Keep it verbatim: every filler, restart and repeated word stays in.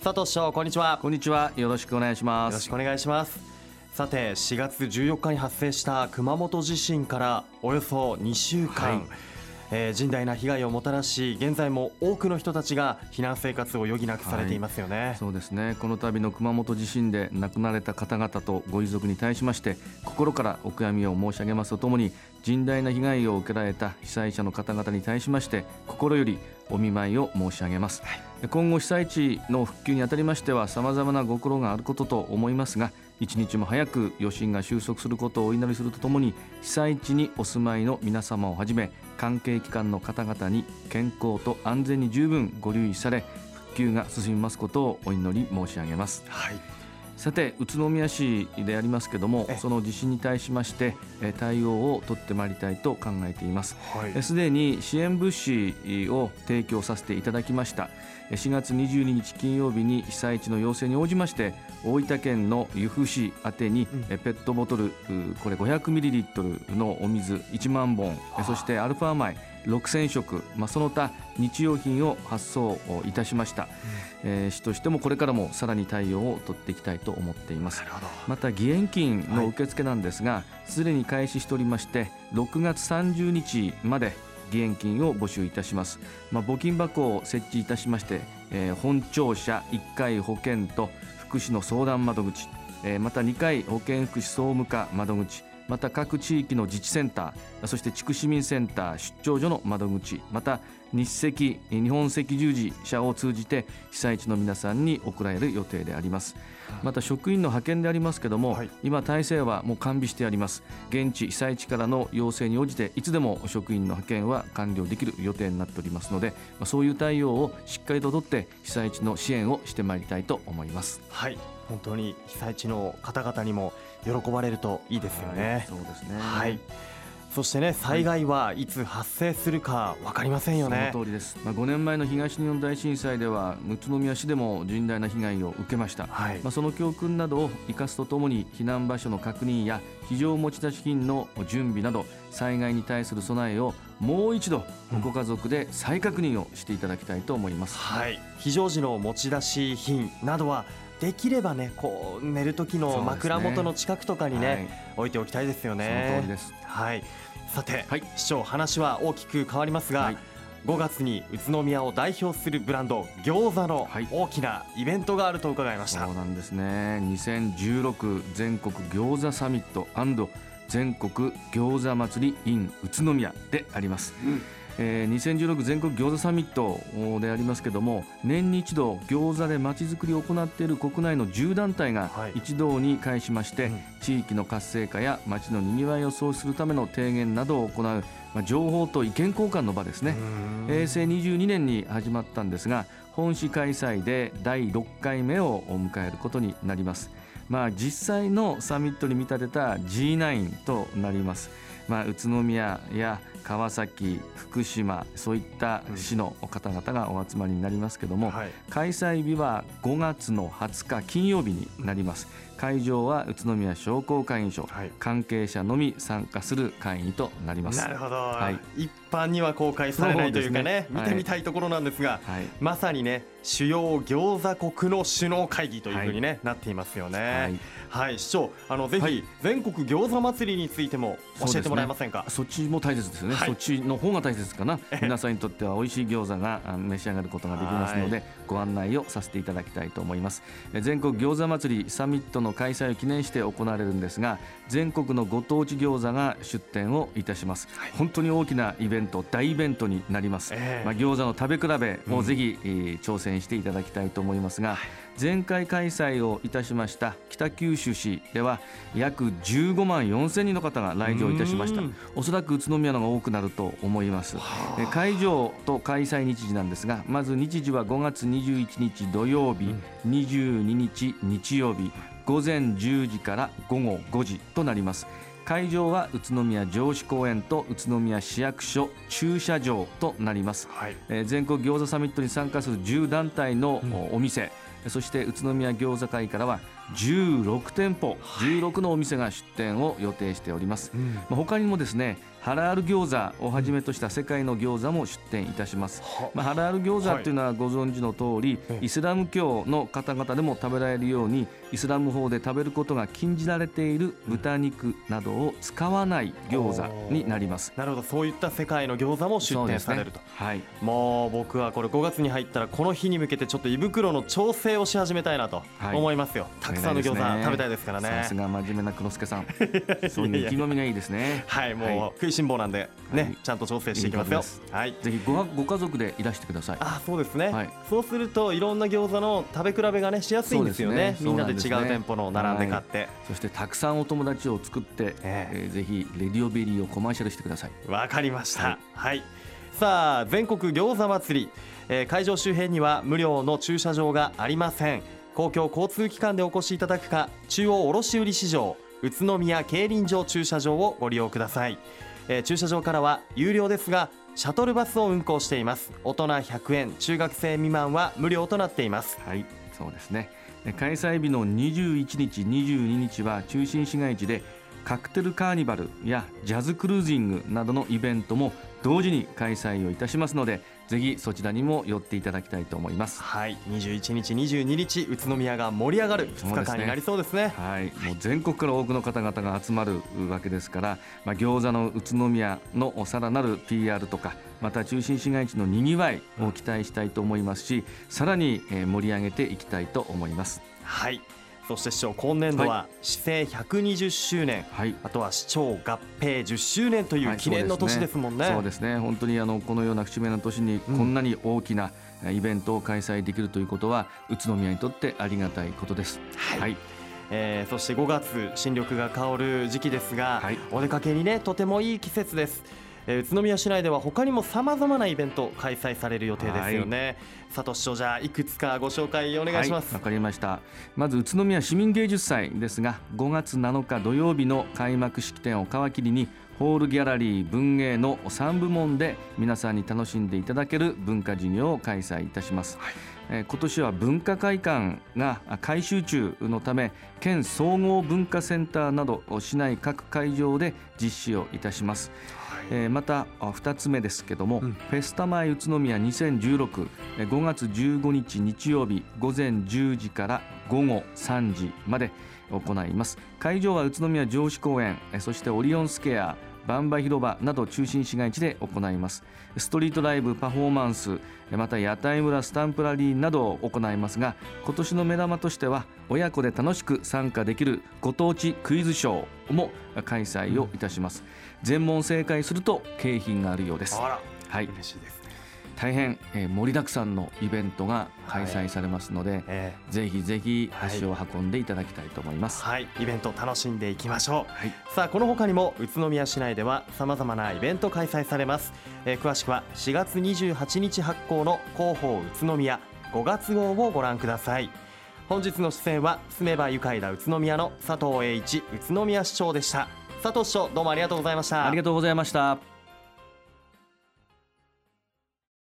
佐藤市長、こんにちは。 こんにちは。よろしくお願いします。 よろしくお願いします。さて、しがつじゅうよっかに発生した熊本地震からおよそにしゅうかん、はいえー、甚大な被害をもたらし、現在も多くの人たちが避難生活を余儀なくされていますよね。 はい、そうですね。この度の熊本地震で亡くなられた方々とご遺族に対しまして心からお悔やみを申し上げますとともに、甚大な被害を受けられた被災者の方々に対しまして心よりお見舞いを申し上げます。はい、今後被災地の復旧にあたりましては様々なご苦労があることと思いますが、一日も早く余震が収束することをお祈りするとともに、被災地にお住まいの皆様をはじめ関係機関の方々に健康と安全に十分ご留意され、復旧が進みますことをお祈り申し上げます。 はい、 さて、宇都宮市でありますけども、その地震に対しまして対応を取ってまいりたいと考えています。すで、はい、に支援物資を提供させていただきました。しがつにじゅうににち金曜日に被災地の要請に応じまして大分県の由布市宛てに、うん、ペットボトルこれ ごひゃくミリリットル のお水いちまんぼん、そしてアルファ米ろくせんしょく、まあ、その他日用品を発送いたしました。うんえー、市としてもこれからもさらに対応を取っていきたいと思っています。また義援金の受付なんですが、すで、はい、に開始しておりまして、ろくがつさんじゅうにちまで義援金を募集いたします。まあ、募金箱を設置いたしまして、えー、本庁舎いっかい保健と福祉の相談窓口、えー、またにかい保健福祉総務課窓口、また各地域の自治センター、そして地区市民センター出張所の窓口、また日赤日本赤十字社を通じて被災地の皆さんに送られる予定であります。また職員の派遣でありますけども、はい、今体制はもう完備してあります。現地被災地からの要請に応じていつでも職員の派遣は完了できる予定になっておりますので、そういう対応をしっかりと取って被災地の支援をしてまいりたいと思います。 はい、本当に被災地の方々にも喜ばれるといいですよね。 はい、そうですね。 はい、そしてね、災害はいつ発生するか分かりませんよね。 その通りです。まあ、ごねんまえの東日本大震災では宇都宮市でも甚大な被害を受けました。はい、まあ、その教訓などを生かすとともに避難場所の確認や非常持ち出し品の準備など災害に対する備えをもう一度ご家族で再確認をしていただきたいと思います。 うん、はい、非常時の持ち出し品などはできればね、こう寝る時の枕元の近くとかにね、はい、置いておきたいですよね。 その通りです。 はい、さて、はい、市長、話は大きく変わりますが、はい、ごがつに宇都宮を代表するブランド餃子の大きなイベントがあると伺いました。 はい、そうなんですね。にせんじゅうろく全国餃子サミット&全国餃子祭り in 宇都宮であります。うん、えー、にせんじゅうろく全国餃子サミットでありますけども、年に一度餃子でまちづくりを行っている国内のじゅうだんたいが一堂に会しまして、はい、うん、地域の活性化や街のにぎわいを創出するための提言などを行う、まあ、情報と意見交換の場ですね。へいせいにじゅうにねんに始まったんですが、本市開催でだいろっかいめを迎えることになります。まあ、実際のサミットに見立てた ジーナイン となります。まあ、宇都宮や川崎、福島、そういった市の方々がお集まりになりますけども、はい、開催日はごがつのはつか金曜日になります。会場は宇都宮商工会議所、はい、関係者のみ参加する会議となります。 なるほど、はい、一般には公開されないというかね、見てみたいところなんですが、はい、まさにね、主要餃子国の首脳会議というふうに、ね、はい、なっていますよね。はい、はい、市長、あのぜひ、はい、全国餃子祭りについても教えてもらえませんか。 そ,、ね、そっちも大切ですよね。はい、そっちの方が大切かな。皆さんにとっては美味しい餃子が召し上がることができますので、ご案内をさせていただきたいと思います。全国餃子祭りサミットの開催を記念して行われるんですが、全国のご当地餃子が出店をいたします。はい、本当に大きなイベント、大イベントになります。えーまあ、餃子の食べ比べもぜひ、うん、えー、挑戦していただきたいと思いますが、はい、前回開催をいたしました北九州市では約じゅうごまんよんせんにんの方が来場いたしました。おそらく宇都宮のが多くなると思います。会場と開催日時なんですが、まず日時はごがつにじゅういちにち土曜日、うん、にじゅうににち日曜日、ごぜんじゅうじからごごごじとなります。会場は宇都宮城址公園と宇都宮市役所駐車場となります。はい、えー、全国餃子サミットに参加するじゅうだんたいのお店、うん、そして宇都宮餃子会からはじゅうろくてんぽ、じゅうろくのお店が出店を予定しております、うん、まあ、他にもですねハラール餃子をはじめとした世界の餃子も出店いたします、まあ、ハラール餃子というのはご存知の通り、はい、イスラム教の方々でも食べられるようにイスラム法で食べることが禁じられている豚肉などを使わない餃子になります。 なるほど、そういった世界の餃子も出店されると、ね、はい、もう僕はこれごがつに入ったらこの日に向けてちょっと胃袋の調整をし始めたいなと思いますよ、はい、たくさんの餃子食べたいですからね。 さすが真面目な黒助さんそういう意気込みがいいですねはい、もう、はい、食いしん坊なんでね、はい、ちゃんと調整していきますよ。 いいはい、ぜひ ご, ご家族でいらしてください。 あ、そうですね、はい、そうするといろんな餃子の食べ比べがねしやすいんですよ ね, ねみんなで違う店舗の並んで買って、はい、 そしてたくさんお友達を作って、えーえー、ぜひレディオベリーをコマーシャルしてください。 わかりました、はい、はい、さあ全国餃子祭り、えー、会場周辺には無料の駐車場がありません。公共交通機関でお越しいただくか中央卸売市場宇都宮競輪場駐車場をご利用ください。えー、駐車場からは有料ですがシャトルバスを運行しています。大人ひゃくえん、中学生未満は無料となっています。 はい、そうですね。開催日のにじゅういちにち、にじゅうににちは中心市街地でカクテルカーニバルやジャズクルージングなどのイベントも同時に開催をいたしますので、ぜひそちらにも寄っていただきたいと思います。 はい、にじゅういちにち、にじゅうににち宇都宮が盛り上がるふつかかんになりそうですね。 はい、もう全国から多くの方々が集まるわけですから、まあ、餃子の宇都宮のさらなる ピーアール とかまた中心市街地のにぎわいを期待したいと思いますし、さらに盛り上げていきたいと思います。 はい、そして市長今年度は市政ひゃくにじゅっしゅうねん、はい、あとは市長合併じゅっしゅうねんという記念の年ですもんね。 はい、そうですね、本当にあのこのような節目の年にこんなに大きなイベントを開催できるということは、うん、宇都宮にとってありがたいことです。 はい、はい、えー、そしてごがつ新緑が香る時期ですが、はい、お出かけにねとてもいい季節です。えー、宇都宮市内では他にもさまざまなイベント開催される予定ですよね。はい、佐藤市長、じゃあいくつかご紹介お願いします。 わ、はい、かりました。まず宇都宮市民芸術祭ですが、ごがつなのか土曜日の開幕式典を皮切りにホールギャラリー文芸のさんぶもんで皆さんに楽しんでいただける文化事業を開催いたします。はい、えー、今年は文化会館が改修中のため県総合文化センターなど市内各会場で実施をいたします。えー、またふたつめですけども、うん、フェスタマイ宇都宮にせんじゅうろく、ごがつじゅうごにち日曜日ごぜんじゅうじからごごさんじまで行います。会場は宇都宮城址公園、そしてオリオンスケア、バンバ広場など中心市街地で行います。ストリートライブ、パフォーマンス、また屋台村、スタンプラリーなどを行いますが、今年の目玉としては親子で楽しく参加できるご当地クイズショーも開催をいたします。うん、全問正解すると景品があるようです。 あら、 はい、 嬉しいですね。 大変、えー、盛りだくさんのイベントが開催されますので、はい、えー、ぜひぜひ足を運んでいただきたいと思います。 はい、イベント楽しんでいきましょう。はい、さあこの他にも宇都宮市内ではさまざまなイベント開催されます。えー、詳しくはしがつにじゅうはちにち発行の広報宇都宮ごがつ号をご覧ください。本日の出演は住めば愉快だ宇都宮の佐藤栄一宇都宮市長でした。佐藤市長、どうもありがとうございました。 ありがとうございました。